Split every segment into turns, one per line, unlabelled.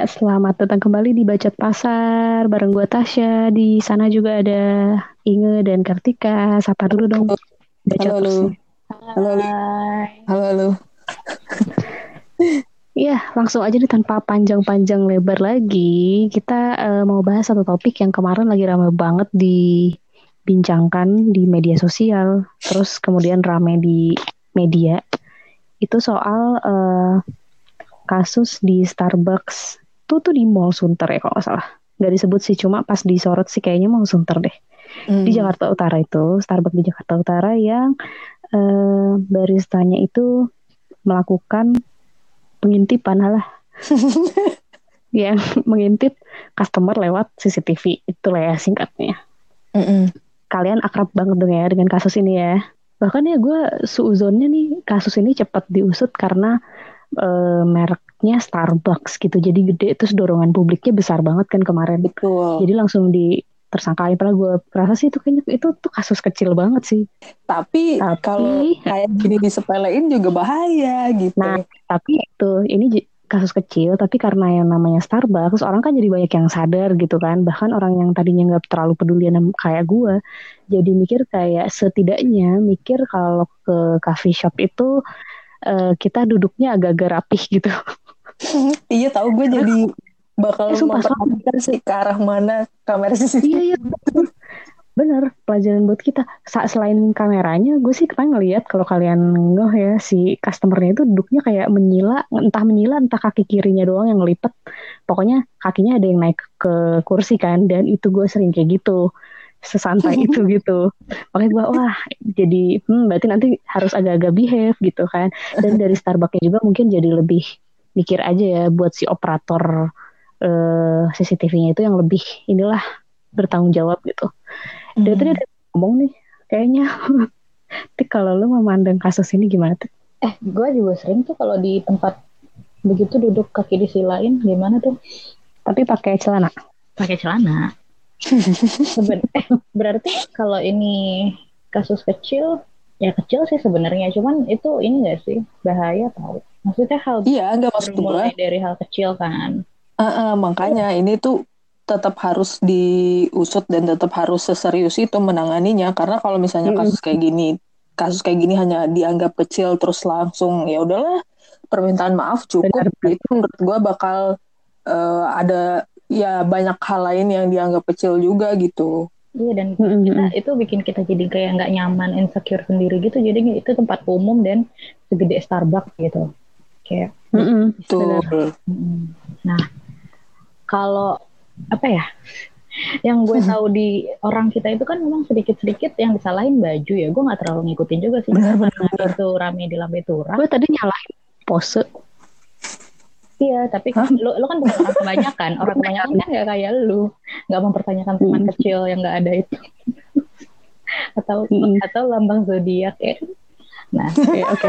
selamat datang kembali di Bacot Pasar bareng gue Tasya. Di sana juga ada Inge dan Kartika. Sapa dulu dong
Halo, halo,
Bacotersnya.
halo, halo,
Hai.
halo, halo.
Iya, langsung aja nih tanpa panjang-panjang lebar lagi. Kita mau bahas satu topik yang kemarin lagi ramai banget dibincangkan di media sosial. Terus kemudian rame di media. Itu soal kasus di Starbucks. Tuh di Mall Sunter ya kalau nggak salah. Nggak disebut sih, cuma pas disorot sih kayaknya Mall Sunter deh. Di Jakarta Utara itu, Starbucks di Jakarta Utara yang baristanya itu melakukan pengintipan halah yang mengintip customer lewat CCTV. Itulah ya singkatnya. Kalian akrab banget dong ya dengan kasus ini ya. Bahkan ya gue suuzonnya nih kasus ini cepat diusut karena mereknya Starbucks gitu. Jadi gede, terus dorongan publiknya besar banget kan kemarin.
Betul.
Jadi langsung tersangkain. Padahal gue rasa sih itu kayaknya itu tuh kasus kecil banget sih.
Tapi kalau kayak gini disepelein juga bahaya gitu.
Nah, tapi ini kasus kecil, tapi karena yang namanya Starbucks, orang kan jadi banyak yang sadar gitu kan. Bahkan orang yang tadinya nggak terlalu peduli kayak gue, jadi mikir kayak setidaknya mikir kalau ke coffee shop itu kita duduknya agak-agak rapih gitu.
Iya, tahu gue jadi bakal memperhatikan sih ke arah mana kamera CCTV.
Iya, bener, pelajaran buat kita. Selain kameranya, gue sih kemarin ngeliat kalau kalian ngeh ya, si customernya itu duduknya kayak menyila, entah kaki kirinya doang yang ngelipet. Pokoknya kakinya ada yang naik ke kursi kan, dan itu gue sering kayak gitu. Sesantai itu gitu. Makanya gue, wah jadi, berarti nanti harus agak-agak behave gitu kan. Dan dari Starbucksnya juga mungkin jadi lebih mikir aja ya buat si operator CCTV-nya itu yang lebih inilah bertanggung jawab gitu. Dia tadi ada ngomong nih, kayaknya. Tik, kalau lu memandang kasus ini gimana tuh?
Gue juga sering tuh kalau di tempat begitu duduk kaki disilain, gimana tuh?
Tapi pakai celana.
Pakai celana. Berarti kalau ini kasus kecil, ya kecil sih sebenarnya. Cuman itu ini nggak sih bahaya tau? Maksudnya
nggak maksud
mulai dari hal kecil kan?
Makanya ini tuh tetap harus diusut dan tetap harus seserius itu menanganinya, karena kalau misalnya kasus kayak gini hanya dianggap kecil terus langsung ya udahlah permintaan maaf cukup. Benar. Itu menurut gue bakal ada ya banyak hal lain yang dianggap kecil juga gitu.
Iya, dan itu bikin kita jadi kayak nggak nyaman, insecure sendiri gitu. Jadi itu tempat umum dan segede Starbucks gitu. Kayak
betul.
Nah, kalau apa ya, yang gue tahu di orang kita itu kan memang sedikit-sedikit yang disalahin baju ya. Gue nggak terlalu ngikutin juga sih.
Benar.
Itu rame di lambe turah.
Gue tadi nyalahin pose.
Iya, tapi lo kan bukan orang kebanyakan. Orang kebanyakan kan nggak kayak lu, nggak mempertanyakan teman kecil yang nggak ada itu. atau lambang zodiak ya. Nah, oke.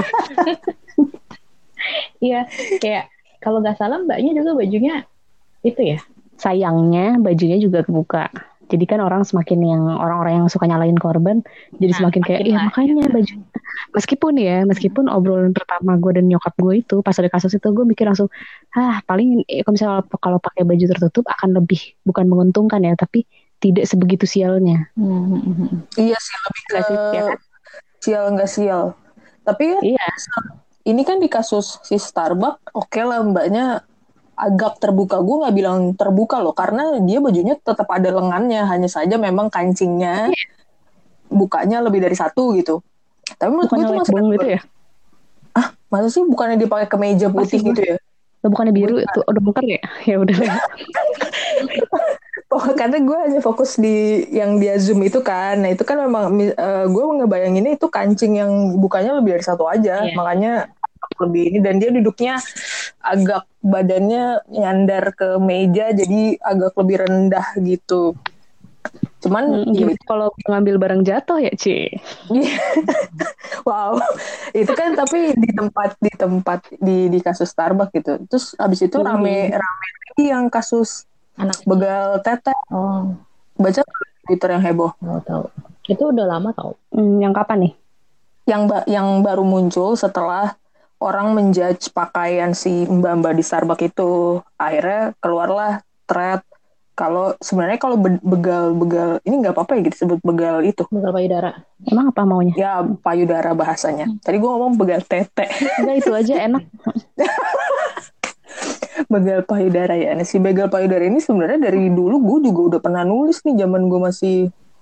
Iya, kayak kalau nggak salah mbaknya juga bajunya itu ya.
Sayangnya bajunya juga kebuka. Jadi kan orang-orang yang suka nyalain korban jadi semakin kayak makanya baju. Meskipun obrolan pertama gue dan nyokap gue itu pas ada kasus itu gue mikir langsung paling kalau misalnya kalau pakai baju tertutup akan lebih bukan menguntungkan ya, tapi tidak sebegitu sialnya.
Iya sih, lebih ke sial nggak sial. Tapi ya ini kan di kasus si Starbucks, oke lah mbaknya agak terbuka. Gue nggak bilang terbuka loh, karena dia bajunya tetap ada lengannya, hanya saja memang kancingnya bukanya lebih dari satu gitu. Tapi menurut gue itu masih
gitu ya?
Masa sih bukannya dia pakai kemeja putih gitu ya?
Bukannya biru itu udah bongkar ya? Ya udah.
Karena gue hanya fokus di yang dia zoom itu kan. Nah itu kan memang gue ngebayanginnya itu kancing yang bukanya lebih dari satu aja. Makanya lebih ini, dan dia duduknya agak badannya nyandar ke meja, jadi agak lebih rendah gitu. Cuman
kalau ngambil barang jatuh ya
wow, itu kan tapi di tempat di kasus Starbucks gitu. Terus abis itu rame lagi yang kasus
anak
begal teteh. Baca Twitter yang heboh.
Tahu. Itu udah lama tau.
Yang kapan nih?
Yang baru muncul setelah orang menjudge pakaian si mbak-mbak di Starbucks itu. Akhirnya keluarlah thread kalau sebenarnya kalau begal ini nggak apa-apa ya gitu disebut begal itu.
Begal payudara.
Emang apa maunya?
Ya payudara bahasanya. Tadi gue ngomong begal tete.
Enggak, itu aja enak.
Begal payudara ya. Nah, si begal payudara ini sebenarnya dari dulu gue juga udah pernah nulis nih zaman gue masih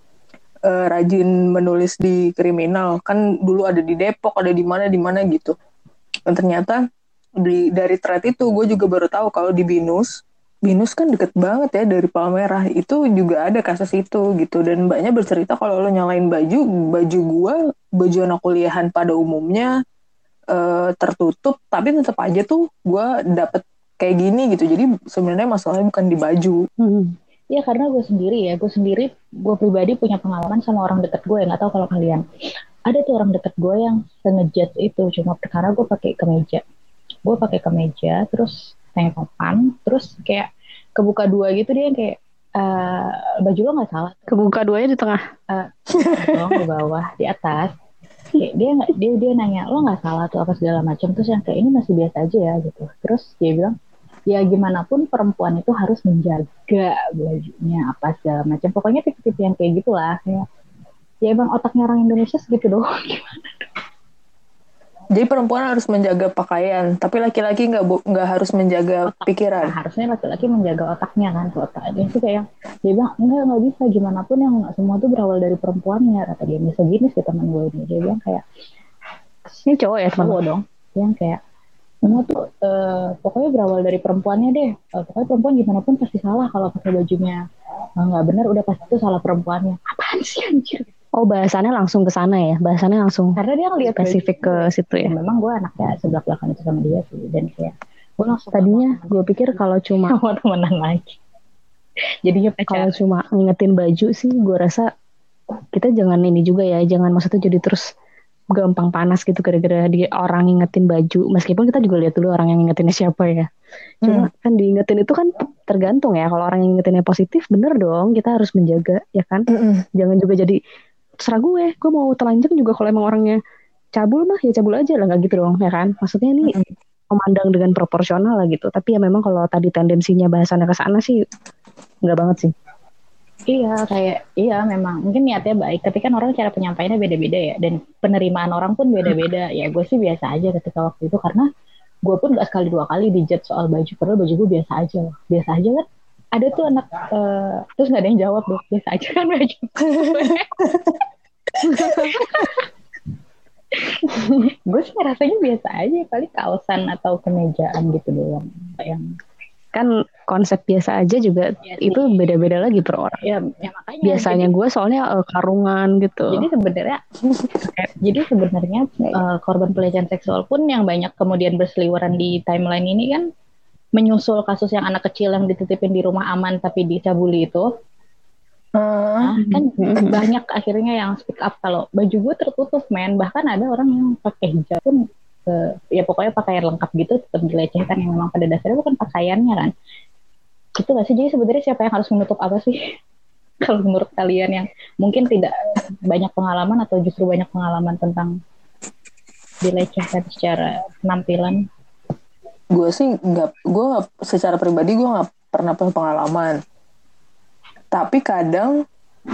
rajin menulis di kriminal. Kan dulu ada di Depok, ada di mana gitu. Dan ternyata dari thread itu gue juga baru tahu kalau di Binus kan deket banget ya dari Palmerah. Itu juga ada kasus itu gitu. Dan mbaknya bercerita kalau lo nyalain baju gue, baju anak kuliahan pada umumnya tertutup, tapi tetap aja tuh gue dapet kayak gini gitu. Jadi sebenarnya masalahnya bukan di baju.
Ya karena gue sendiri gue pribadi punya pengalaman sama orang deket gue. Nggak tahu kalau kalian. Ada tuh orang deket gue yang ngejudge itu cuma perkara gue pakai kemeja. Gue pakai kemeja, terus tank topan, terus kayak kebuka dua gitu, dia kayak baju lo nggak salah.
Kebuka duanya di tengah.
Di bawah, di atas. Kayak dia nanya lo nggak salah tuh apa segala macam, terus yang kayak ini masih biasa aja ya gitu. Terus dia bilang ya gimana pun perempuan itu harus menjaga bajunya apa segala macam. Pokoknya tipe-tipe yang kayak gitulah. Kayak, ya emang otaknya orang Indonesia segitu doang. Gimana?
Jadi perempuan harus menjaga pakaian, tapi laki-laki nggak harus menjaga pikiran.
Nah, harusnya laki-laki menjaga otaknya kan, otaknya itu kayak dia bilang nggak bisa, gimana pun yang nggak semua tuh berawal dari perempuannya, kata dia. Misoginis sih teman gue ini. Dia bilang kayak
ini cowok ya,
cowok dong, yang kayak semua tuh pokoknya berawal dari perempuannya deh. Pokoknya perempuan gimana pun pasti salah kalau pakai bajunya nggak benar, udah pasti itu salah perempuannya. Apaan sih anjir?
Oh, bahasannya langsung ke sana ya? Bahasannya langsung
karena dia ngeliat
spesifik ke situ ya?
Memang gue anaknya sebelah belakang itu sama dia sih. Dan kayak gue langsung
tadinya gue pikir kalau cuma
mau temenan lagi. Jadinya
kalau cuma ngingetin baju sih, gue rasa kita jangan ini juga ya. Jangan maksudnya jadi terus gampang panas gitu gara-gara dia orang ngingetin baju. Meskipun kita juga lihat dulu orang yang ngingetinnya siapa ya. Cuma kan diingetin itu kan tergantung ya. Kalau orang yang ngingetinnya positif, bener dong kita harus menjaga ya kan. Jangan juga jadi terserah gue mau telanjang juga kalau emang orangnya cabul mah ya cabul aja lah, nggak gitu dong ya kan. Maksudnya ini memandang dengan proporsional lah gitu. Tapi ya memang kalau tadi tendensinya bahasannya ke sana sih nggak banget sih.
Iya memang mungkin niatnya baik, tapi kan orang cara penyampaiannya beda-beda ya, dan penerimaan orang pun beda-beda. Ya gue sih biasa aja ketika waktu itu, karena gue pun gak sekali dua kali dijudge soal baju, padahal baju gue biasa aja kan. Ada tuh anak terus nggak ada yang jawab dong, biasa aja kan baju. Gue sih rasanya biasa aja, kali kaosan atau kemejaan gitu doang. Yang
kan konsep biasa aja juga ya, itu beda-beda lagi per orang.
Ya makanya.
Biasanya gue soalnya karungan gitu.
Jadi sebenarnya korban pelecehan seksual pun yang banyak kemudian berseliweran di timeline ini kan menyusul kasus yang anak kecil yang dititipin di rumah aman tapi dicabuli itu. Nah, kan banyak akhirnya yang speak up kalau baju gue tertutup men. Bahkan ada orang yang pakai hijab pun ya pokoknya pakaian lengkap gitu tetap dilecehkan, yang memang pada dasarnya bukan pakaiannya kan. Gitu gak sih? Jadi sebenarnya siapa yang harus menutup apa sih? Kalau menurut kalian yang mungkin tidak banyak pengalaman atau justru banyak pengalaman tentang dilecehkan secara penampilan.
Gue sih gue secara pribadi gue nggak pernah punya pengalaman. Tapi kadang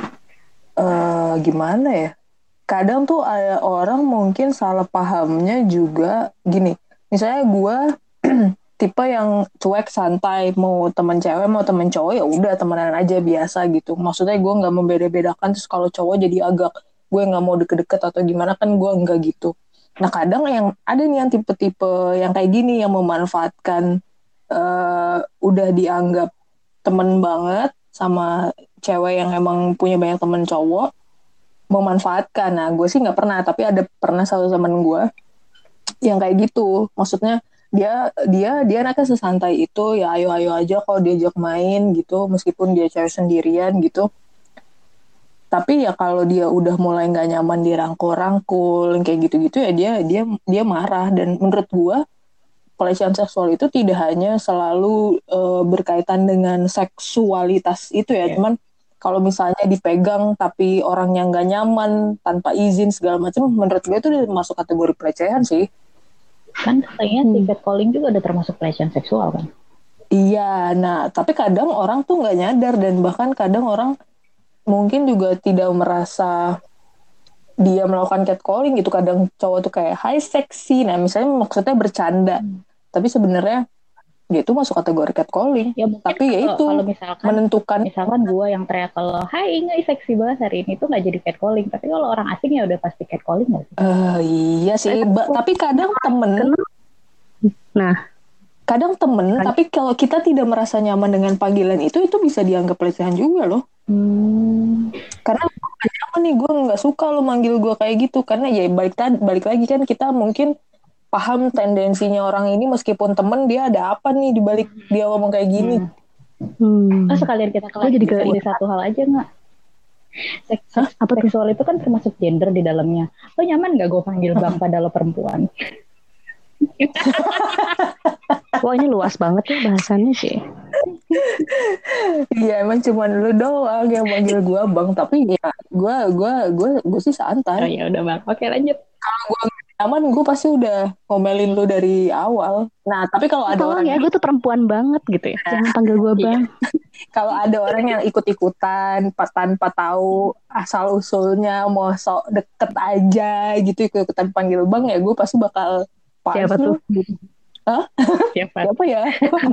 gimana ya? Kadang tuh ada orang mungkin salah pahamnya juga gini. Misalnya gue tipe yang cuek, santai, mau temen cewek mau temen cowok ya udah temenan aja biasa gitu. Maksudnya gue nggak membeda-bedakan, terus kalau cowok jadi agak gue nggak mau deket-deket atau gimana, kan gue nggak gitu. Nah kadang yang ada nih yang tipe-tipe yang kayak gini yang memanfaatkan udah dianggap temen banget sama cewek yang emang punya banyak temen cowok, memanfaatkan. Nah gue sih nggak pernah, tapi ada pernah satu temen gue yang kayak gitu. Maksudnya dia anaknya sesantai itu, ya ayo aja kalau diajak main gitu, meskipun dia cewek sendirian gitu. Tapi ya kalau dia udah mulai nggak nyaman dirangkul kayak gitu-gitu ya dia marah. Dan menurut gue pelecehan seksual itu tidak hanya selalu berkaitan dengan seksualitas itu ya, cuman kalau misalnya dipegang tapi orangnya nggak nyaman tanpa izin segala macam, menurut gue itu masuk kategori pelecehan sih.
Kan katanya si catcalling juga ada termasuk pelecehan seksual kan?
Iya, nah tapi kadang orang tuh nggak nyadar dan bahkan kadang orang mungkin juga tidak merasa dia melakukan catcalling gitu. Kadang cowok tuh kayak hi seksi, nah misalnya maksudnya bercanda, tapi sebenarnya dia itu masuk kategori catcalling.
Ya mungkin
tapi ya itu
kalau
misalkan
gue yang teriak kalau hai Inge seksi banget hari ini tuh nggak jadi catcalling, tapi kalau orang asing ya udah pasti catcalling nggak sih?
Iya sih, tapi kadang temen.
Nah,
kadang temen, tapi kalau kita tidak merasa nyaman dengan panggilan itu bisa dianggap pelecehan juga loh. Karena gue gak nyaman nih, gue nggak suka lo manggil gue kayak gitu. Karena ya balik lagi kan kita mungkin paham tendensinya orang ini meskipun temen dia ada apa nih di balik dia ngomong kayak gini.
Sekalian kita klarifikasi jadi satu hal aja nggak? Seksual itu kan termasuk gender di dalamnya. Lo nyaman nggak gue panggil bang pada lo perempuan?
Wah ini luas banget ya bahasannya sih.
Iya emang cuman lu doang yang manggil gue bang, tapi ya gue sih santai.
Oh ya udah bang, oke lanjut.
Kalau gue nyaman gue pasti udah ngomelin lu dari awal. Nah tapi kalau ada orang
ya gue tuh perempuan banget gitu ya, jangan panggil gue bang.
Kalau ada orang yang ikut-ikutan tanpa tahu asal usulnya, mau sok deket aja gitu ikut-ikutan panggil bang, ya gue pasti bakal
siapa tuh?
Hah? Siapa ya?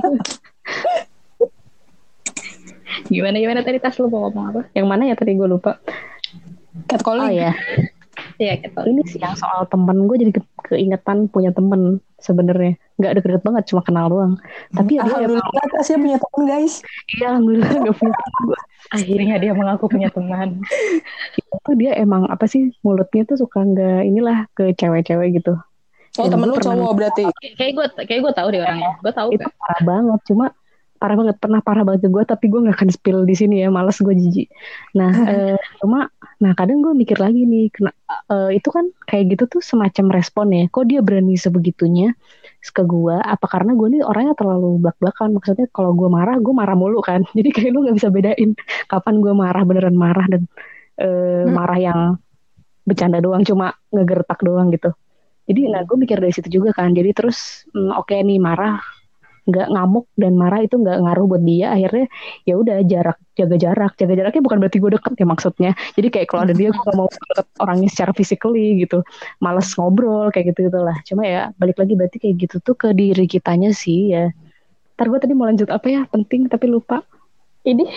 Gimana tadi Tas lu mau ngomong apa?
Yang mana ya tadi gue lupa.
Catcalling.
Oh ya.
Iya catcalling.
Ini sih yang soal temen, gue jadi keingetan punya temen sebenarnya. Nggak deket-deket banget, cuma kenal doang. Tapi ya
alhamdulillah dia punya temen guys.
Iya alhamdulillah gak punya temen.
Akhirnya dia mengaku punya teman.
Itu dia emang apa sih, mulutnya tuh suka nggak inilah ke cewek-cewek gitu.
Oh temen lu cowok berarti?
Kayak gue tahu deh orangnya. Gue tahu.
Itu parah banget, parah banget, pernah parah banget ke gue, tapi gue nggak akan spill di sini ya, malas gue jijik. Nah, kadang gue mikir lagi nih, itu kan kayak gitu tuh semacam respon ya. Kok dia berani sebegitunya ke gue? Apa karena gue nih orangnya terlalu blak-blakan? Maksudnya kalau gue marah mulu kan. Jadi kayak lu nggak bisa bedain kapan gue marah beneran marah dan marah yang bercanda doang, cuma ngegertak doang gitu. Jadi gue mikir dari situ juga kan. Jadi terus oke nih marah, nggak ngamuk dan marah itu nggak ngaruh buat dia. Akhirnya ya udah jaga jaraknya bukan berarti gue deket ya maksudnya. Jadi kayak kalau ada dia gue gak mau deket orangnya secara physically gitu, males ngobrol kayak gitu gitulah. Cuma ya balik lagi berarti kayak gitu tuh ke diri kitanya sih ya. Ntar gue tadi mau lanjut apa ya penting tapi lupa ini.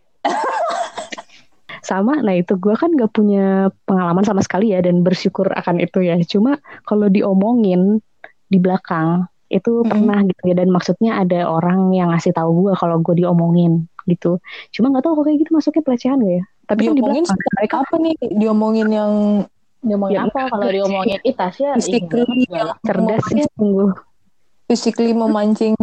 Sama, nah itu gue kan gak punya pengalaman sama sekali ya dan bersyukur akan itu ya. Cuma kalau diomongin di belakang itu pernah gitu ya, dan maksudnya ada orang yang ngasih tahu gue kalau gue diomongin gitu. Cuma nggak tahu kok kayak gitu masuknya pelecehan gak ya? Tapi
diomongin kan mereka apa nih? Diomongin
apa? Kalau diomongin Tasya
physically yang
cerdas sih sungguh.
Physically memancing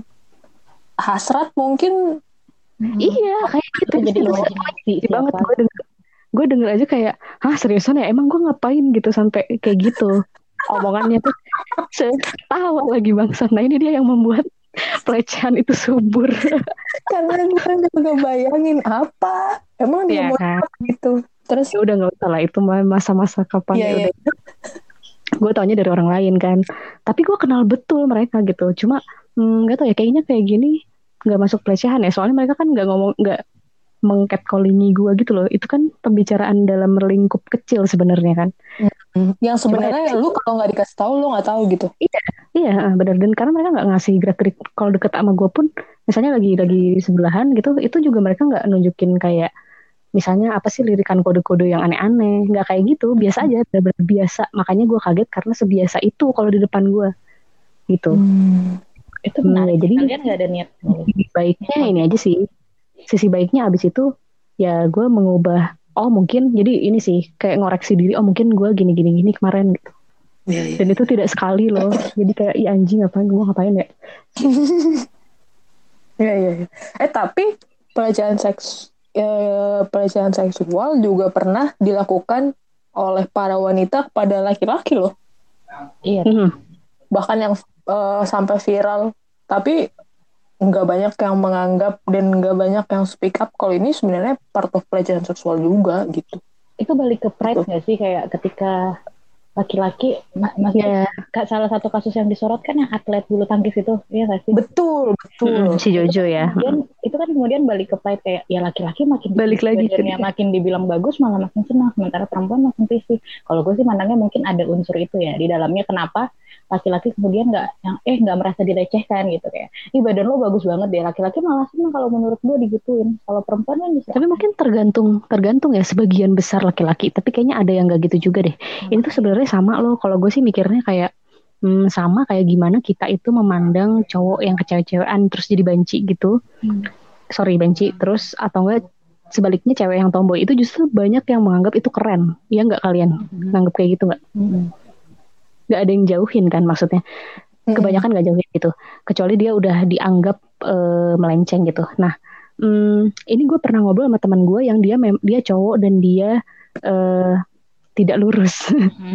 hasrat mungkin.
Iya kayak gitu.
Jadi imajinasi
banget gue denger aja kayak seriusan ya, emang gue ngapain gitu sampai kayak gitu. Omongannya tuh tawa lagi bangsa. Nah ini dia yang membuat pelecehan itu subur.
Karena gue nggak bayangin apa emang dia mau kan? Gitu. Terus
ya udah nggak usah lah, itu masa-masa kapan ya udah. Gue taunya dari orang lain kan, tapi gue kenal betul mereka gitu. Cuma nggak tahu ya, kayaknya kayak gini nggak masuk pelecehan ya, soalnya mereka kan nggak mengcatcallingi gue gitu loh. Itu kan pembicaraan dalam lingkup kecil sebenarnya kan.
Yang sebenarnya lu kalau nggak dikasih tahu lu nggak tahu gitu.
Iya benar. Dan karena mereka nggak ngasih gerak-gerik. Kalau deket sama gue pun misalnya lagi sebelahan gitu, itu juga mereka nggak nunjukin kayak misalnya apa sih lirikan kode-kode yang aneh-aneh. Nggak kayak gitu, biasa aja, benar-benar biasa. Makanya gue kaget karena sebiasa itu kalau di depan gue gitu.
Itu menarik.
Jadi
kalian nggak ada niat
baiknya ini aja sih. Sisi baiknya abis itu ya gue mengubah. Oh mungkin jadi ini sih kayak ngoreksi diri. Oh mungkin gue gini kemarin gitu. Dan itu tidak sekali loh. Jadi kayak anjing ngapain gue ngapain ya.
Iya. Tapi pelecehan seksual juga pernah dilakukan oleh para wanita kepada laki-laki loh.
Iya.
Bahkan yang sampai viral, tapi nggak banyak yang menganggap dan nggak banyak yang speak up kalau ini sebenarnya part of pelecehan seksual juga gitu.
Itu balik ke pride nggak sih, kayak ketika laki-laki maksudnya salah satu kasus yang disorot kan yang atlet bulu tangkis itu, iya nggak sih?
Betul.
Si Jojo ya.
Itu kan kemudian balik ke pride kayak ya laki-laki makin
balik lagi
makin dibilang bagus malah makin senang, sementara perempuan makin risih. Kalau gue sih mandangnya mungkin ada unsur itu ya di dalamnya, kenapa laki-laki kemudian nggak merasa dilecehkan gitu, kayak ih badan lo bagus banget deh, laki-laki malah senang kalau menurut gue digituin. Kalau perempuan kan bisa.
Tapi mungkin tergantung ya, sebagian besar laki-laki, tapi kayaknya ada yang nggak gitu juga deh. Ini tuh sebenarnya sama loh, kalau gue sih mikirnya kayak sama kayak gimana kita itu memandang cowok yang kecewa-cewaan terus jadi banci gitu. Sorry, banci terus, atau enggak sebaliknya cewek yang tomboy itu justru banyak yang menganggap itu keren. Iya nggak kalian nganggap kayak gitu nggak? Nggak ada yang jauhin kan maksudnya. Kebanyakan nggak jauhin gitu. Kecuali dia udah dianggap melenceng gitu. Nah, ini gue pernah ngobrol sama teman gue yang dia cowok dan dia tidak lurus.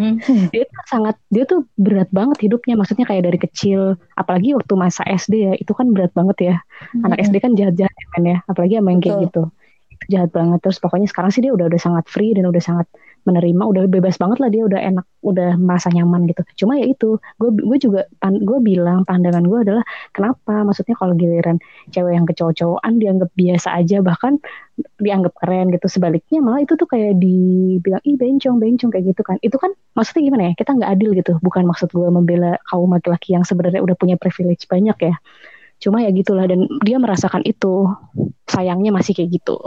Dia tuh berat banget hidupnya, maksudnya kayak dari kecil, apalagi waktu masa SD ya, itu kan berat banget ya. Anak SD kan jahat-jahat kan ya, apalagi sama yang kayak gitu. Itu jahat banget. Terus pokoknya sekarang sih dia udah sangat free dan udah sangat menerima, udah bebas banget lah, dia udah enak, udah merasa nyaman gitu. Cuma ya itu, gue bilang pandangan gue adalah kenapa, maksudnya kalau giliran cewek yang kecowok-cowokan dianggap biasa aja, bahkan dianggap keren gitu, sebaliknya malah itu tuh kayak dibilang ih bencong kayak gitu kan. Itu kan maksudnya gimana ya, kita nggak adil gitu. Bukan maksud gue membela kaum laki-laki yang sebenarnya udah punya privilege banyak ya, cuma ya gitulah, dan dia merasakan itu, sayangnya masih kayak gitu.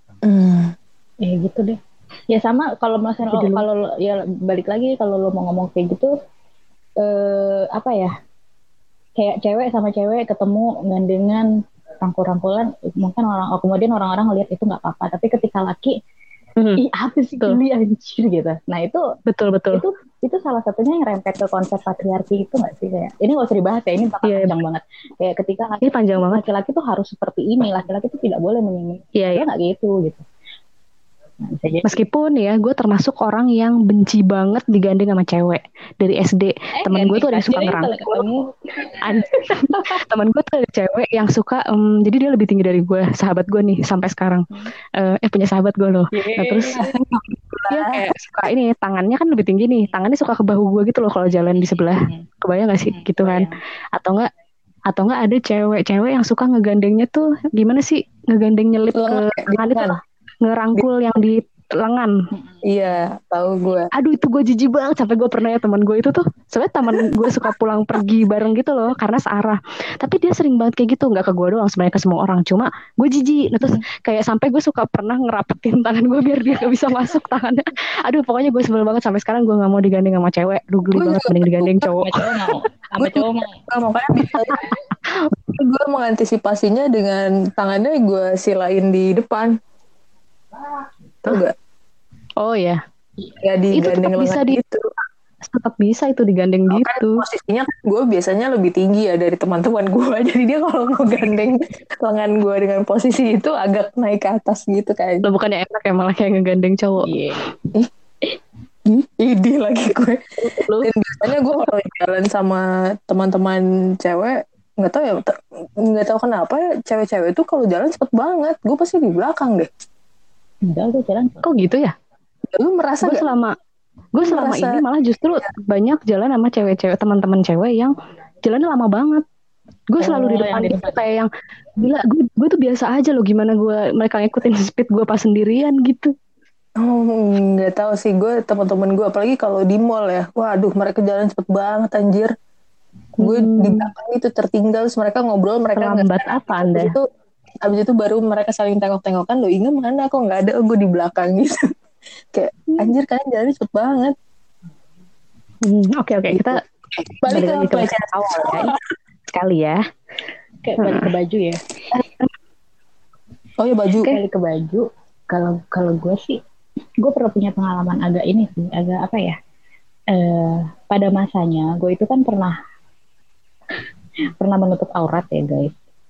Ya gitu deh. Ya sama kalau kalau ya balik lagi, kalau lo mau ngomong kayak gitu, apa ya, kayak cewek sama cewek ketemu gandengan rangkul-rangkulan, mungkin kemudian orang-orang ngelihat itu nggak apa-apa, tapi ketika laki ih apa sih gini anjir gitu. Nah itu betul itu salah satunya yang rempet ke konsep patriarki itu nggak sih? Kayak ini nggak usah dibahas ya, ini panjang banget. Kayak ketika
ini panjang banget,
laki-laki tuh harus seperti ini, laki-laki tuh tidak boleh menyinggung. Ya nggak gitu.
Nah, meskipun ya gue termasuk orang yang benci banget digandeng sama cewek dari SD. Temen gue tuh ada yang suka ngerangkul. Temen gue tuh ada cewek yang suka, jadi dia lebih tinggi dari gue, sahabat gue nih sampai sekarang. Punya sahabat gue loh. Nah terus dia kayak suka ini, tangannya kan lebih tinggi nih, tangannya suka ke bahu gue gitu loh kalau jalan di sebelah. Kebayang gak sih gitu kan? Atau enggak ada cewek-cewek yang suka ngegandengnya tuh gimana sih, ngegandeng nyelip ke tangan itu lah, ngerangkul yang di lengan.
Iya, tahu gue.
Aduh itu gue jijik banget, sampai gue pernah ya, teman gue itu tuh sebenarnya teman gue suka pulang pergi bareng gitu loh karena searah, tapi dia sering banget kayak gitu, nggak ke gue doang, sebenarnya ke semua orang, cuma gue jijik. Nah, terus kayak sampai gue suka pernah ngerapetin tangan gue biar dia gak bisa masuk tangannya. Aduh pokoknya gue sebel banget, sampai sekarang gue nggak mau digandeng sama cewek. Aduh geli banget, mending digandeng cowok.
Sama cowok mau.
Gue mengantisipasinya dengan tangannya gue silain di depan. Tahu gak?
Oh ya.
Ya digandeng lengan gitu.
Tetap bisa itu digandeng gitu.
Kan posisinya gue biasanya lebih tinggi ya dari teman-teman gue. Jadi dia kalau mau gandeng lengan gue dengan posisi itu agak naik ke atas gitu kan.
Lo bukannya enak ya, malah kayak ngegandeng cowok.
Ide lagi gue. Dan biasanya gue kalau jalan sama teman-teman cewek, nggak tahu kenapa ya, cewek-cewek itu kalau jalan cepet banget. Gue pasti di belakang deh.
Enggak, gue jalan.
Kok gitu ya?
Lu merasa
gue selama ini malah justru banyak jalan sama cewek-cewek, teman-teman cewek yang jalannya lama banget. Gue selalu di depan gitu, kayak yang gila, gue tuh biasa aja loh, gimana mereka ngikutin speed gue pas sendirian gitu.
Nggak tahu sih, gue teman-teman gue apalagi kalau di mall ya, waduh mereka jalan cepet banget anjir. Gue di belakang itu tertinggal, mereka ngobrol, mereka
terlambat apa Anda?
Abis itu baru mereka saling tengok-tengokan, lo Inga mana, kok nggak ada, gue di belakang gitu. Kayak anjir kalian jalan cepet banget.
Oke, kita balik ke pelecehan awal ya. Sekali ya.
Kayak balik ke baju ya.
Oh ya baju.
Balik ke baju. Kalau gue sih, gue pernah punya pengalaman agak ini sih, agak apa ya? Pada masanya gue itu kan pernah menutup aurat ya guys.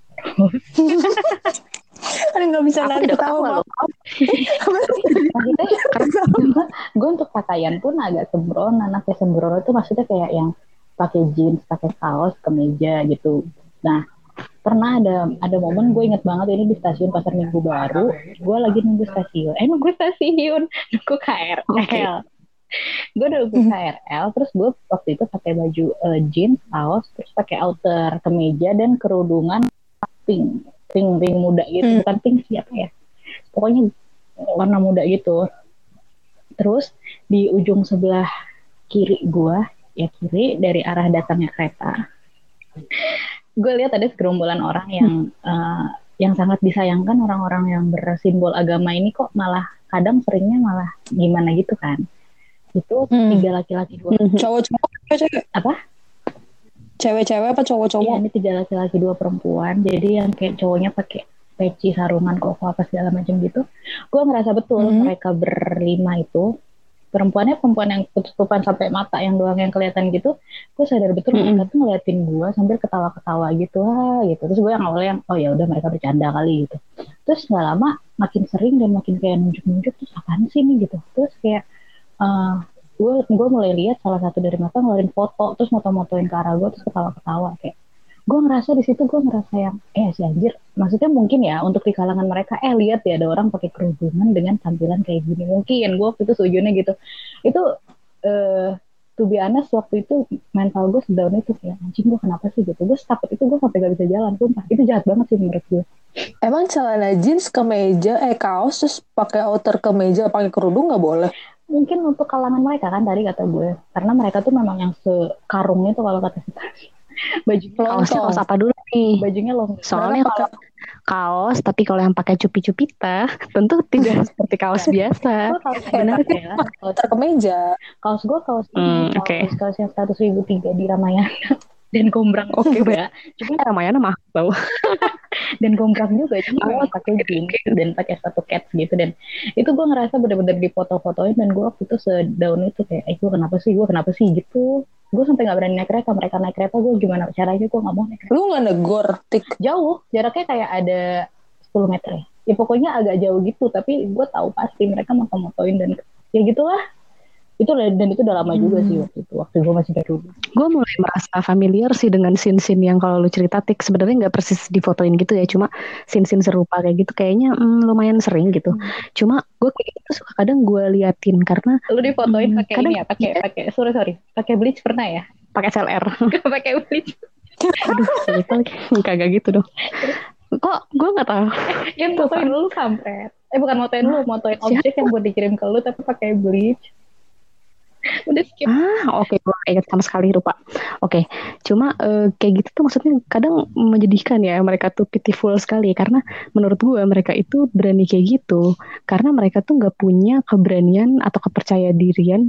Ada nggak bisa nanti ketawa loh.
Karena gue untuk pakaian pun agak sembrono. Anaknya sembrono itu maksudnya kayak yang pakai jeans, pakai kaos, kemeja gitu. Nah pernah ada momen gue inget banget, ini di stasiun Pasar Minggu Baru. Gue lagi nunggu stasiun KRL. Gue udah lebih KRL, terus gue waktu itu pakai baju jeans, kaos, terus pakai outer kemeja dan kerudungan pink muda gitu, bukan pink siapa ya, pokoknya warna muda gitu. Terus di ujung sebelah kiri gue, ya kiri dari arah datangnya kereta, gue lihat ada segerombolan orang yang sangat disayangkan, orang-orang yang bersimbol agama ini kok malah kadang seringnya malah gimana gitu kan. Itu 3 laki-laki 2
cowok-cowok cewek
apa?
Cewek-cewek apa cowok-cowok?
Iya, ini 3 laki-laki 2 perempuan. Jadi yang kayak cowoknya pakai peci, sarungan, koko apa segala macam gitu. Gue ngerasa betul mereka berlima itu perempuan yang tutupan sampai mata yang doang yang kelihatan gitu. Gue sadar betul mereka tuh ngeliatin gue sambil ketawa-ketawa gitu gitu. Terus gue yang awalnya oh ya udah mereka bercanda kali gitu. Terus nggak lama makin sering dan makin kayak nunjuk-nunjuk, terus apaan sih nih gitu. Terus kayak gue mulai lihat salah satu dari mereka ngeluarin foto, terus moto-motoin ke arah gue, terus ketawa-ketawa kayak gue ngerasa di situ gue ngerasa yang si anjir, maksudnya mungkin ya untuk di kalangan mereka lihat ya ada orang pakai kerudungan dengan tampilan kayak gini, mungkin gue waktu itu sejujurnya gitu. Itu to be honest waktu itu mental gue sedown itu kayak anjing gue kenapa sih gitu, gue takut itu gue sampai gak bisa jalan, sumpah itu jahat banget sih menurut gue.
Emang celana jeans kemeja kaos terus pakai outer kemeja pakai kerudung nggak boleh?
Mungkin untuk kalangan mereka kan tadi kata gue, karena mereka tuh memang yang sekarungnya tuh kalau kata kita bajunya
kaos apa dulu nih?
Bajunya long.
Soalnya kalau kaos, tapi kalau yang pakai cupi-cupita tentu tidak seperti kaos biasa.
Benar ya.
Kaos kemeja.
Kaos gue kaos yang 100.003 di Ramayana dan gombrang juga.
Cuma Ramayana mah tau.
Dan gombrang juga, cuma pakai jeans dan pakai sepatu cats gitu, dan itu gue ngerasa bener-bener di foto-fotoin, dan gue waktu itu sedown itu kayak gue kenapa sih gitu. Gue sampai nggak berani naik kereta, mereka naik kereta gue gimana caranya, gue nggak mau naik kereta.
Lu nggak negor tik?
Jauh, jaraknya kayak ada 10 meter ya pokoknya agak jauh gitu, tapi gue tahu pasti mereka moto-motoin dan ya gitulah. Itu udah lama juga sih waktu gue masih baru.
Gue mulai merasa familiar sih dengan scene-scene yang kalau lu cerita Tik, sebenarnya nggak persis difotoin gitu ya, cuma scene-scene serupa kayak gitu kayaknya lumayan sering gitu. Cuma gue kayak gitu suka kadang gue liatin karena
lu difotoin pakai ini ya, pakai sorry pakai bleach pernah ya?
Pakai SLR.
Pakai bleach.
Aduh, kagak gitu dong. Kok gue nggak tahu.
Yang motoin lu kampret. Bukan motoin objek yang buat dikirim ke lu tapi pakai bleach. Udah skip.
Oke, gue ingat sama sekali lupa. Oke, cuma kayak gitu tuh maksudnya kadang menyedihkan ya, mereka tuh pitiful sekali karena menurut gue mereka itu berani kayak gitu karena mereka tuh nggak punya keberanian atau kepercaya dirian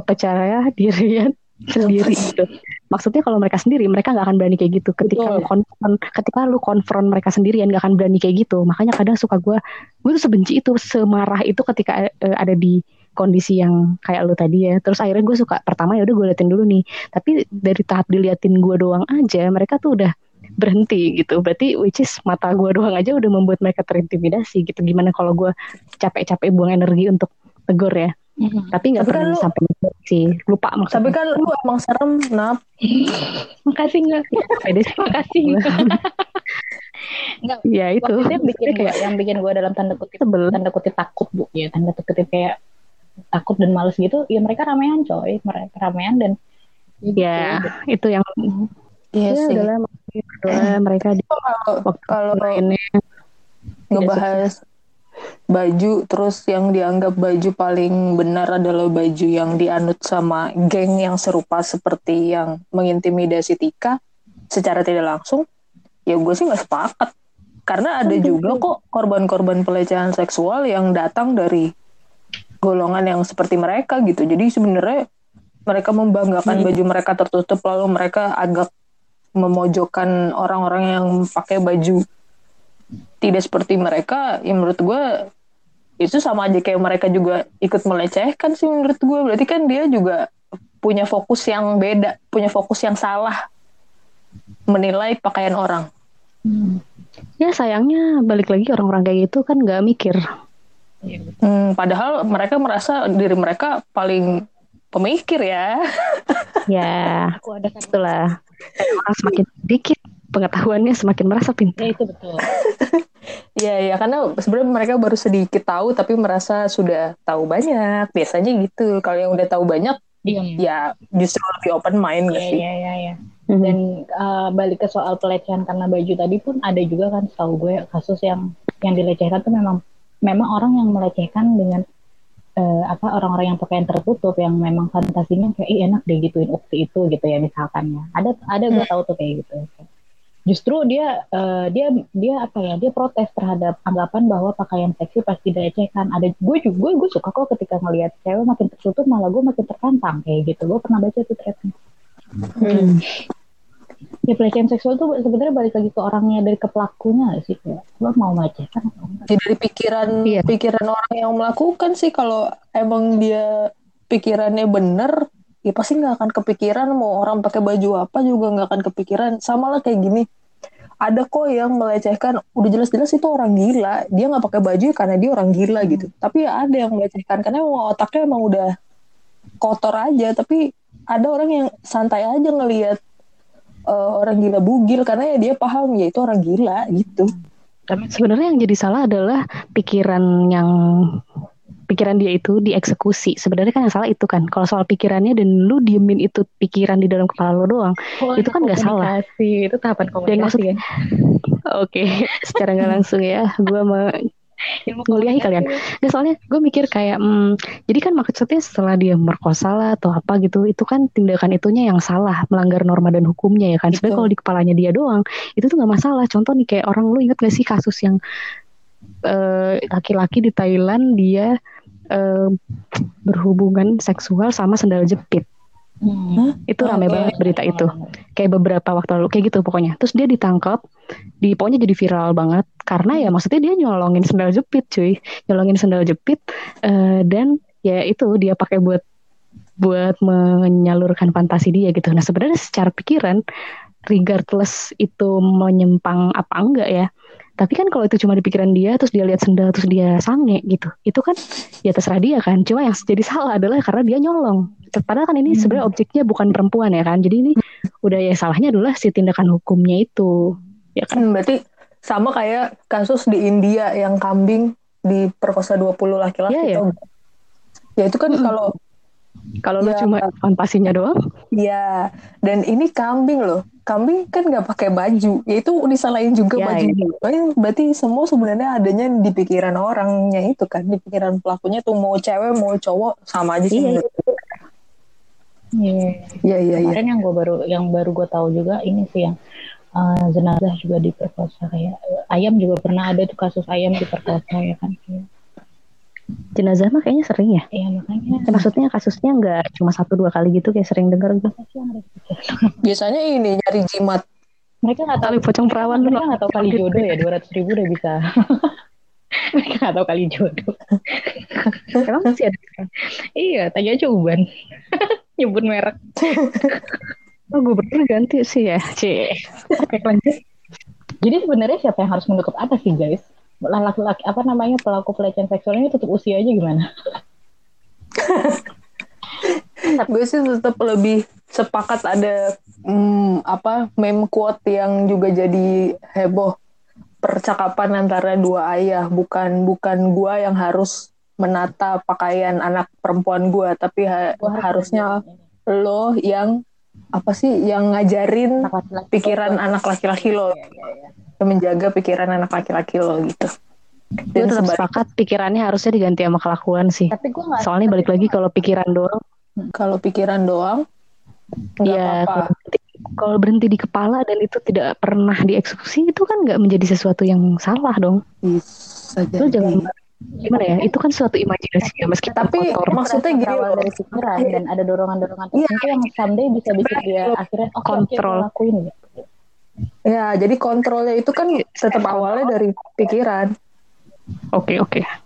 sendiri gitu. Maksudnya kalau mereka sendiri mereka nggak akan berani kayak gitu. Ketika lu konfront mereka sendirian nggak akan berani kayak gitu. Makanya kadang suka gue tuh sebenci itu, semarah itu ketika ada di kondisi yang kayak lu tadi ya. Terus akhirnya gue suka pertama ya udah gue liatin dulu nih. Tapi dari tahap diliatin gue doang aja mereka tuh udah berhenti gitu. Berarti which is mata gue doang aja udah membuat mereka terintimidasi gitu. Gimana kalau gue capek-capek buang energi untuk tegur ya. Tapi nggak pernah kan sampai sih lupa maksudnya.
Tapi kan lu emang serem, Nap.
Makasih nggak? Makasih. Nggak.
Ya itu.
Yang bikin gue dalam tanda kutip takut bu, ya tanda kutip kayak takut dan males gitu. Ya mereka ramean coy, dan
ya gitu. Itu yang.
Iya sih.
Mereka
kalau ini ngebahas baju, terus yang dianggap baju paling benar adalah baju yang dianut sama geng yang serupa seperti yang mengintimidasi Tika secara tidak langsung, ya gue sih nggak sepakat karena ada juga kok korban-korban pelecehan seksual yang datang dari golongan yang seperti mereka gitu. Jadi sebenarnya mereka membanggakan baju mereka tertutup, lalu mereka agak memojokkan orang-orang yang pakai baju tidak seperti mereka. Ya menurut gue itu sama aja kayak mereka juga ikut melecehkan sih menurut gue. Berarti kan dia juga punya fokus yang beda, punya fokus yang salah menilai pakaian orang.
Ya sayangnya balik lagi orang-orang kayak gitu kan nggak mikir.
Padahal mereka merasa diri mereka paling pemikir ya.
Ya, itulah. Orang semakin sedikit pengetahuannya semakin merasa pintar.
Ya itu betul.
Iya, karena sebenarnya mereka baru sedikit tahu tapi merasa sudah tahu banyak. Biasanya gitu. Kalau yang udah tahu banyak, ya justru lebih open mind nggak sih?
Iya. Dan balik ke soal pelecehan karena baju tadi pun ada juga kan, setahu gue kasus yang dilecehkan tuh memang orang yang melecehkan dengan orang-orang yang pakaian tertutup, yang memang fantasinya kayak enak deh gituin ukti itu gitu ya misalkan ya. Ada gue tahu tuh kayak gitu. Justru dia protes terhadap anggapan bahwa pakaian seksi pasti dilecehkan. Gue suka kok ketika ngelihat cewek makin tertutup malah gue makin tertantang kayak gitu. Gue pernah baca tuh threadnya. Ya pelecehan seksual tuh sebenarnya balik lagi ke orangnya, dari ke pelakunya sih, kayak lo mau melecehkan atau enggak?
Ya, dari pikiran orang yang melakukan sih. Kalau emang dia pikirannya bener, ya pasti nggak akan kepikiran. Mau orang pakai baju apa juga nggak akan kepikiran. Sama lah kayak gini, ada kok yang melecehkan udah jelas-jelas itu orang gila, dia nggak pakai baju karena dia orang gila gitu. Tapi ya ada yang melecehkan karena emang otaknya emang udah kotor aja. Tapi ada orang yang santai aja ngelihat orang gila bugil karena ya dia paham ya itu orang gila gitu.
Tapi sebenarnya yang jadi salah adalah pikiran dia itu dieksekusi. Sebenarnya kan yang salah itu kan. Kalau soal pikirannya dan lu diemin itu pikiran di dalam kepala lu doang, itu kan nggak salah.
Itu tahapan komunikasi kan.
Oke, secara nggak langsung ya, gue mau nguliahi kalian. Nah, soalnya gue mikir kayak, jadi kan maksudnya setelah dia merkosa lah atau apa gitu, itu kan tindakan itunya yang salah, melanggar norma dan hukumnya ya kan. Sebenarnya kalau di kepalanya dia doang, itu tuh nggak masalah. Contoh nih kayak orang, lu ingat gak sih kasus yang laki-laki di Thailand dia berhubungan seksual sama sendal jepit. Itu rame banget berita itu. Kayak beberapa waktu lalu kayak gitu pokoknya. Terus dia ditangkap, pokoknya jadi viral banget karena ya maksudnya dia nyolongin sendal jepit, cuy. Nyolongin sendal jepit dan ya itu dia pakai buat menyalurkan fantasi dia gitu. Nah, sebenarnya secara pikiran regardless itu menyimpang apa enggak ya. Tapi kan kalau itu cuma di pikiran dia, terus dia lihat sendal, terus dia sange gitu, itu kan ya terserah dia kan. Cuma yang jadi salah adalah karena dia nyolong. Padahal kan ini sebenarnya objeknya bukan perempuan ya kan. Jadi ini udah ya salahnya adalah si tindakan hukumnya itu. Ya kan?
Berarti sama kayak kasus di India yang kambing diperkosa 20 laki-laki. Ya itu kan
kalau lu cuma fantasinya doang.
Iya, dan ini kambing loh. Kambing kan nggak pakai baju, ya itu disalahin juga bajunya. Berarti semua sebenarnya adanya di pikiran orangnya itu kan, di pikiran pelakunya tuh, mau cewek mau cowok sama aja sih. Iya.
Kemarin yang baru gue tahu juga ini sih yang jenazah juga diperkosa, kayak ayam juga pernah ada tuh kasus ayam diperkosa ya kan.
Jenazah mah kayaknya sering ya.
Iya makanya.
Maksudnya kasusnya nggak cuma 1-2 kali gitu, kayak sering dengar gitu.
Biasanya ini nyari jimat.
Mereka nggak tahu.
Pocong perawan.
Mereka nggak tahu kali jodoh ya, 200.000 udah bisa. Mereka nggak tahu kali jodoh.
Emang masih ada?
Iya, tanya aja Uban. Nyebut merek.
Gue bener ganti sih ya. Oke, lanjut.
Jadi sebenarnya siapa yang harus menutup atas sih guys? Laki-laki pelaku pelecehan seksual ini tutup usia aja gimana?
Gue sih tetap lebih sepakat ada meme quote yang juga jadi heboh, percakapan antara dua ayah, bukan gue yang harus menata pakaian anak perempuan gue, tapi harusnya lo yang yang ngajarin pikiran anak laki-laki lo. Menjaga pikiran anak laki-laki lo gitu.
Gue tetap sepakat pikirannya harusnya diganti sama kelakuan sih.
Tapi
soalnya balik lagi kalau pikiran doang, ya kalau berhenti di kepala dan itu tidak pernah dieksekusi, itu kan nggak menjadi sesuatu yang salah dong.
Bisa jadi.
Itu jangan gimana ya, itu kan suatu imajinasi ya, meski
tapi maksudnya gini loh,
dari pikiran dan ada dorongan-dorongan tertentu yang someday bisa bikin dia akhirnya
kontrol.
Lakuin gitu.
Ya, jadi kontrolnya itu kan tetap awalnya dari pikiran.
Oke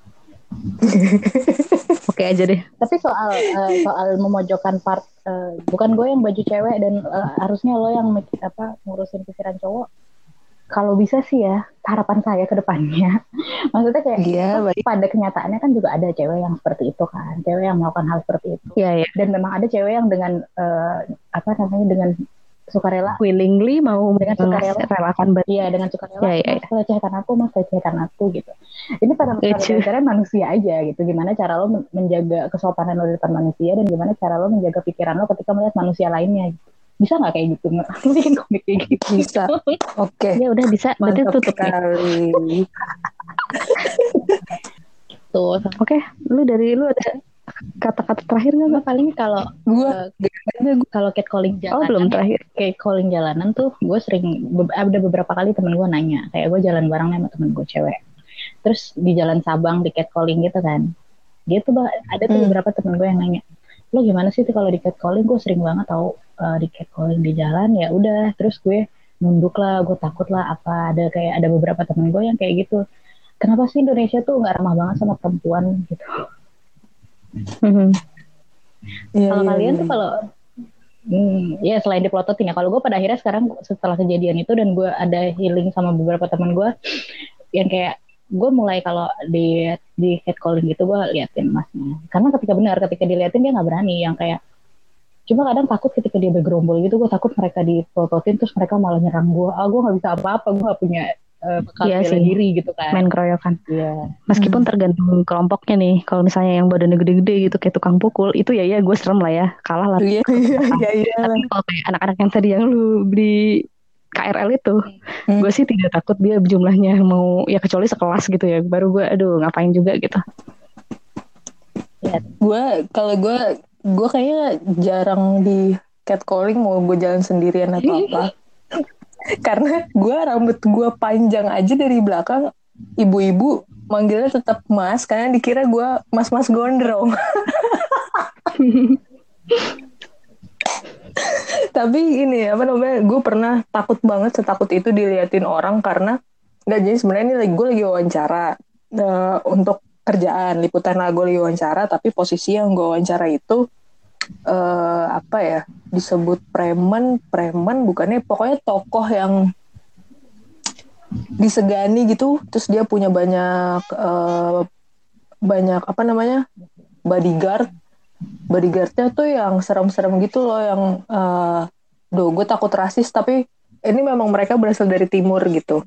aja deh.
Tapi soal memojokkan part, bukan gue yang baju cewek dan harusnya lo yang ngurusin pikiran cowok. Kalau bisa sih ya, harapan saya ke depannya. Maksudnya kayak pada kenyataannya kan juga ada cewek yang seperti itu kan, cewek yang melakukan hal seperti itu.
Iya.
Dan memang ada cewek yang dengan dengan sukarela,
willingly mau
dengan sukarela
relakan
iya dengan sukarela mas lecehkan aku gitu. Ini pada dasarnya manusia aja gitu, gimana cara lo menjaga kesopanan lo di depan manusia dan gimana cara lo menjaga pikiran lo ketika melihat manusia lainnya gitu. Bisa nggak kayak gitu bikin komik kayak gitu?
Bisa. Oke.
Ya udah bisa, berarti tutup
kali.
Tuh.
Oke, lu ada kata-kata terakhir nggak?
Paling kalau kalau catcalling jalanan,
belum terakhir.
Catcalling jalanan tuh gue sering ada beberapa kali temen gue nanya, kayak gue jalan bareng sama temen gue cewek, terus di jalan Sabang di catcalling gitu kan, dia tuh ada tuh beberapa temen gue yang nanya, lo gimana sih tuh kalau di catcalling? Gue sering banget tau di catcalling di jalan, ya udah terus gue nunduk lah, gue takut lah apa, ada beberapa temen gue yang kayak gitu. Kenapa sih Indonesia tuh nggak ramah banget sama perempuan gitu? Kalau kalian tuh kalau ya selain diplototin ya, kalau gue pada akhirnya sekarang setelah kejadian itu dan gue ada healing sama beberapa teman gue yang kayak gue mulai kalau di catcalling gitu gue liatin masnya, karena ketika diliatin dia nggak berani, yang kayak cuma kadang takut ketika dia bergerombol gitu, gue takut mereka diplototin terus mereka malah nyerang gue, gue nggak bisa apa-apa, gue nggak punya bekal bela diri gitu kan,
main keroyokan. Meskipun tergantung kelompoknya nih, kalau misalnya yang badannya gede-gede gitu kayak tukang pukul itu ya gue serem lah ya, kalah lah.
Iya.
Tapi kalau kayak anak-anak yang tadi yang lu beli KRL itu, gue sih tidak takut dia jumlahnya mau ya, kecuali sekelas gitu ya, baru gue ngapain juga gitu.
Gue kayaknya jarang di catcalling mau gue jalan sendirian atau apa. Karena rambut gue panjang aja dari belakang, ibu-ibu manggilnya tetap mas, karena dikira gue mas-mas gondrong. Tapi ini gue pernah takut banget, setakut itu diliatin orang, karena nggak, jadi sebenarnya ini gue lagi wawancara untuk kerjaan liputan, gue lagi wawancara, tapi posisi yang gue wawancara itu disebut preman bukannya, pokoknya tokoh yang disegani gitu, terus dia punya banyak bodyguardnya tuh yang serem-serem gitu loh, yang gue takut rasis, tapi ini memang mereka berasal dari timur gitu.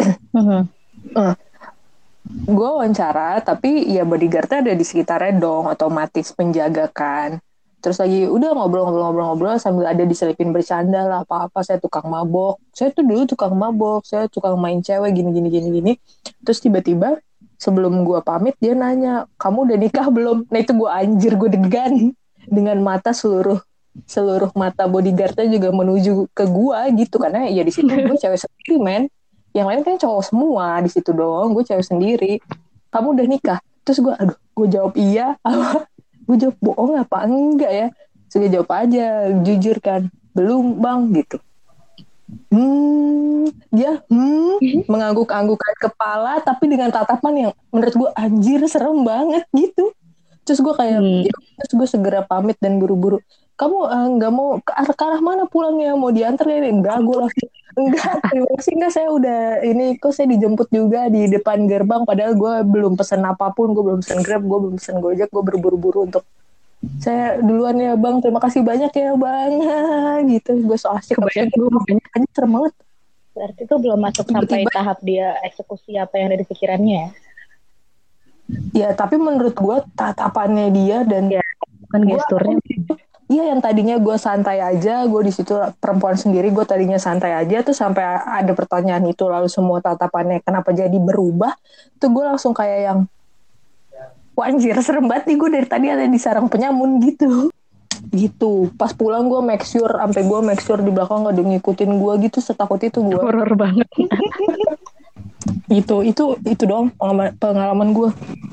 Gue wawancara, tapi ya bodyguardnya ada di sekitarnya dong, otomatis penjaga kan. Terus lagi udah ngobrol sambil ada diselipin bercanda lah apa-apa, saya tukang mabok, saya tuh dulu tukang mabok, saya tukang main cewek gini. Terus tiba-tiba sebelum gue pamit dia nanya, kamu udah nikah belum? Nah itu gue anjir, gue degan dengan mata seluruh mata bodyguardnya juga menuju ke gue gitu, karena ya di situ gue cewek sendiri men, yang lain kan cowok semua, di situ doang gue cewek sendiri. Kamu udah nikah? Terus gue jawab iya. Gue jawab bohong apa enggak ya? Saya jawab aja jujur kan, belum bang gitu. Dia mengangguk-anggukan kepala, tapi dengan tatapan yang menurut gue anjir serem banget gitu. Terus gue kayak terus gue segera pamit dan buru-buru, kamu nggak mau ke arah mana pulangnya, mau diantar ya? Enggak, gue langsung enggak, terima kasih, enggak, saya udah ini kok, saya dijemput juga di depan gerbang, padahal gue belum pesen apapun, gue belum pesen Grab, gue belum pesen Gojek, gue berburu-buru untuk saya duluan ya bang, terima kasih banyak ya bang, gitu. Gue so asik, kebayang gue makanya serem banget.
Berarti itu belum masuk sampai tahap dia eksekusi apa yang ada di pikirannya ya?
Ya tapi menurut gue tatapannya dia dan
bukan gesturnya.
Iya, yang tadinya gue santai aja, gue di situ perempuan sendiri, gue tadinya santai aja, tuh sampai ada pertanyaan itu, lalu semua tatapannya kenapa jadi berubah, tuh gue langsung kayak yang, wah anjir serem banget nih, gue dari tadi ada di sarang penyamun gitu. Pas pulang gue make sure di belakang gak ada ngikutin gue gitu, setakut itu gue.
Horor banget.
itu doang pengalaman gue.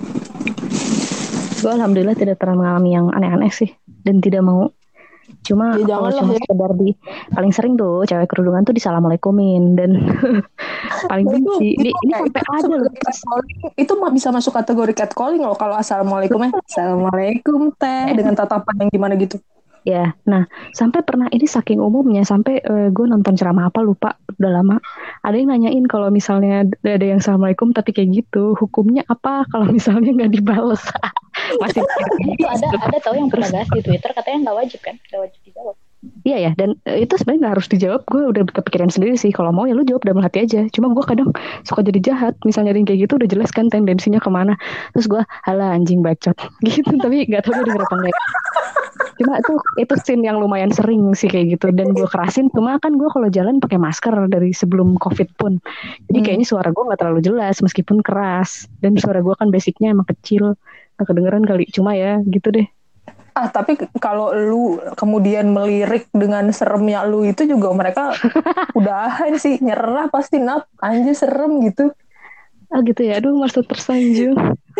Gue alhamdulillah tidak pernah mengalami yang aneh-aneh sih, dan tidak mau. Cuma kalau cuma sekedar paling sering tuh cewek kerudungan tuh disalamualaikumin, dan paling benci ini sampai ada loh.
Itu bisa masuk kategori catcalling loh kalau assalamualaikum assalamualaikum teh dengan tatapan yang gimana gitu.
Ya, nah sampai pernah ini saking umumnya, sampai gue nonton ceramah apa lupa, udah lama. Ada yang nanyain kalau misalnya ada yang assalamualaikum tapi kayak gitu, hukumnya apa kalau misalnya nggak dibales? Masih
itu ada tahu yang pernah bahas di Twitter, katanya nggak wajib kan, nggak wajib dijawab.
Iya ya, dan itu sebenarnya nggak harus dijawab. Gue udah kepikiran sendiri sih. Kalau mau ya lu jawab dalam hati aja. Cuma gue kadang suka jadi jahat. Misalnya yang kayak gitu udah jelas kan tendensinya kemana. Terus gue, halah anjing bacot gitu. Tapi nggak tahu dia denger apa enggak. Cuma itu scene yang lumayan sering sih kayak gitu. Dan gue kerasin. Cuma kan gue kalau jalan pakai masker dari sebelum COVID pun. Jadi kayaknya suara gue nggak terlalu jelas meskipun keras. Dan suara gue kan basicnya emang kecil. Gak kedengeran kali. Cuma ya gitu deh.
Tapi kalau lu kemudian melirik dengan seremnya lu itu juga mereka udahan sih, nyerah pasti, anjir serem gitu.
Gitu ya, aduh merasa tersanjung.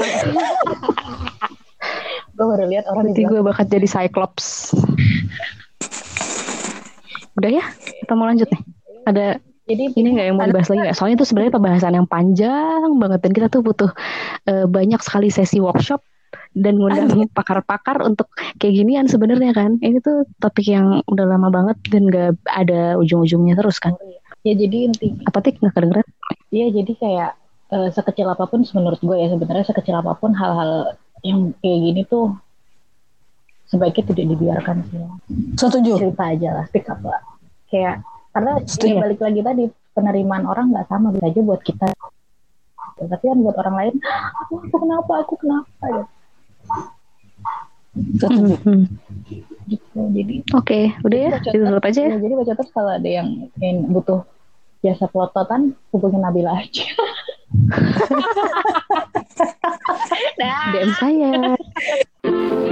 Gue baru lihat orang
nanti gue bakat jadi Cyclops. Udah ya, kita mau lanjut nih. Ada ini nggak yang mau dibahas lagi nggak? Soalnya itu sebenarnya pembahasan yang panjang banget dan kita tuh butuh banyak sekali sesi workshop dan ngundang pakar-pakar untuk kayak ginian sebenarnya kan. Ini tuh topik yang udah lama banget dan gak ada ujung-ujungnya terus kan.
Ya jadi intinya.
Apa Tik? Gak kedengeran?
Iya jadi kayak sekecil apapun menurut gue ya sebenarnya sekecil apapun hal-hal yang kayak gini tuh sebaiknya tidak dibiarkan sih.
Setuju.
Cerita aja lah, speak up lah. Kayak karena ya balik lagi tadi penerimaan orang nggak sama bisa aja buat kita. Tapi kan buat orang lain, aku kenapa ya. Gitu. Jadi
oke, udah ya, ditutup aja ya.
Jadi baca terus kalau ada yang butuh jasa pelototan hubungin Nabila aja.
DM saya.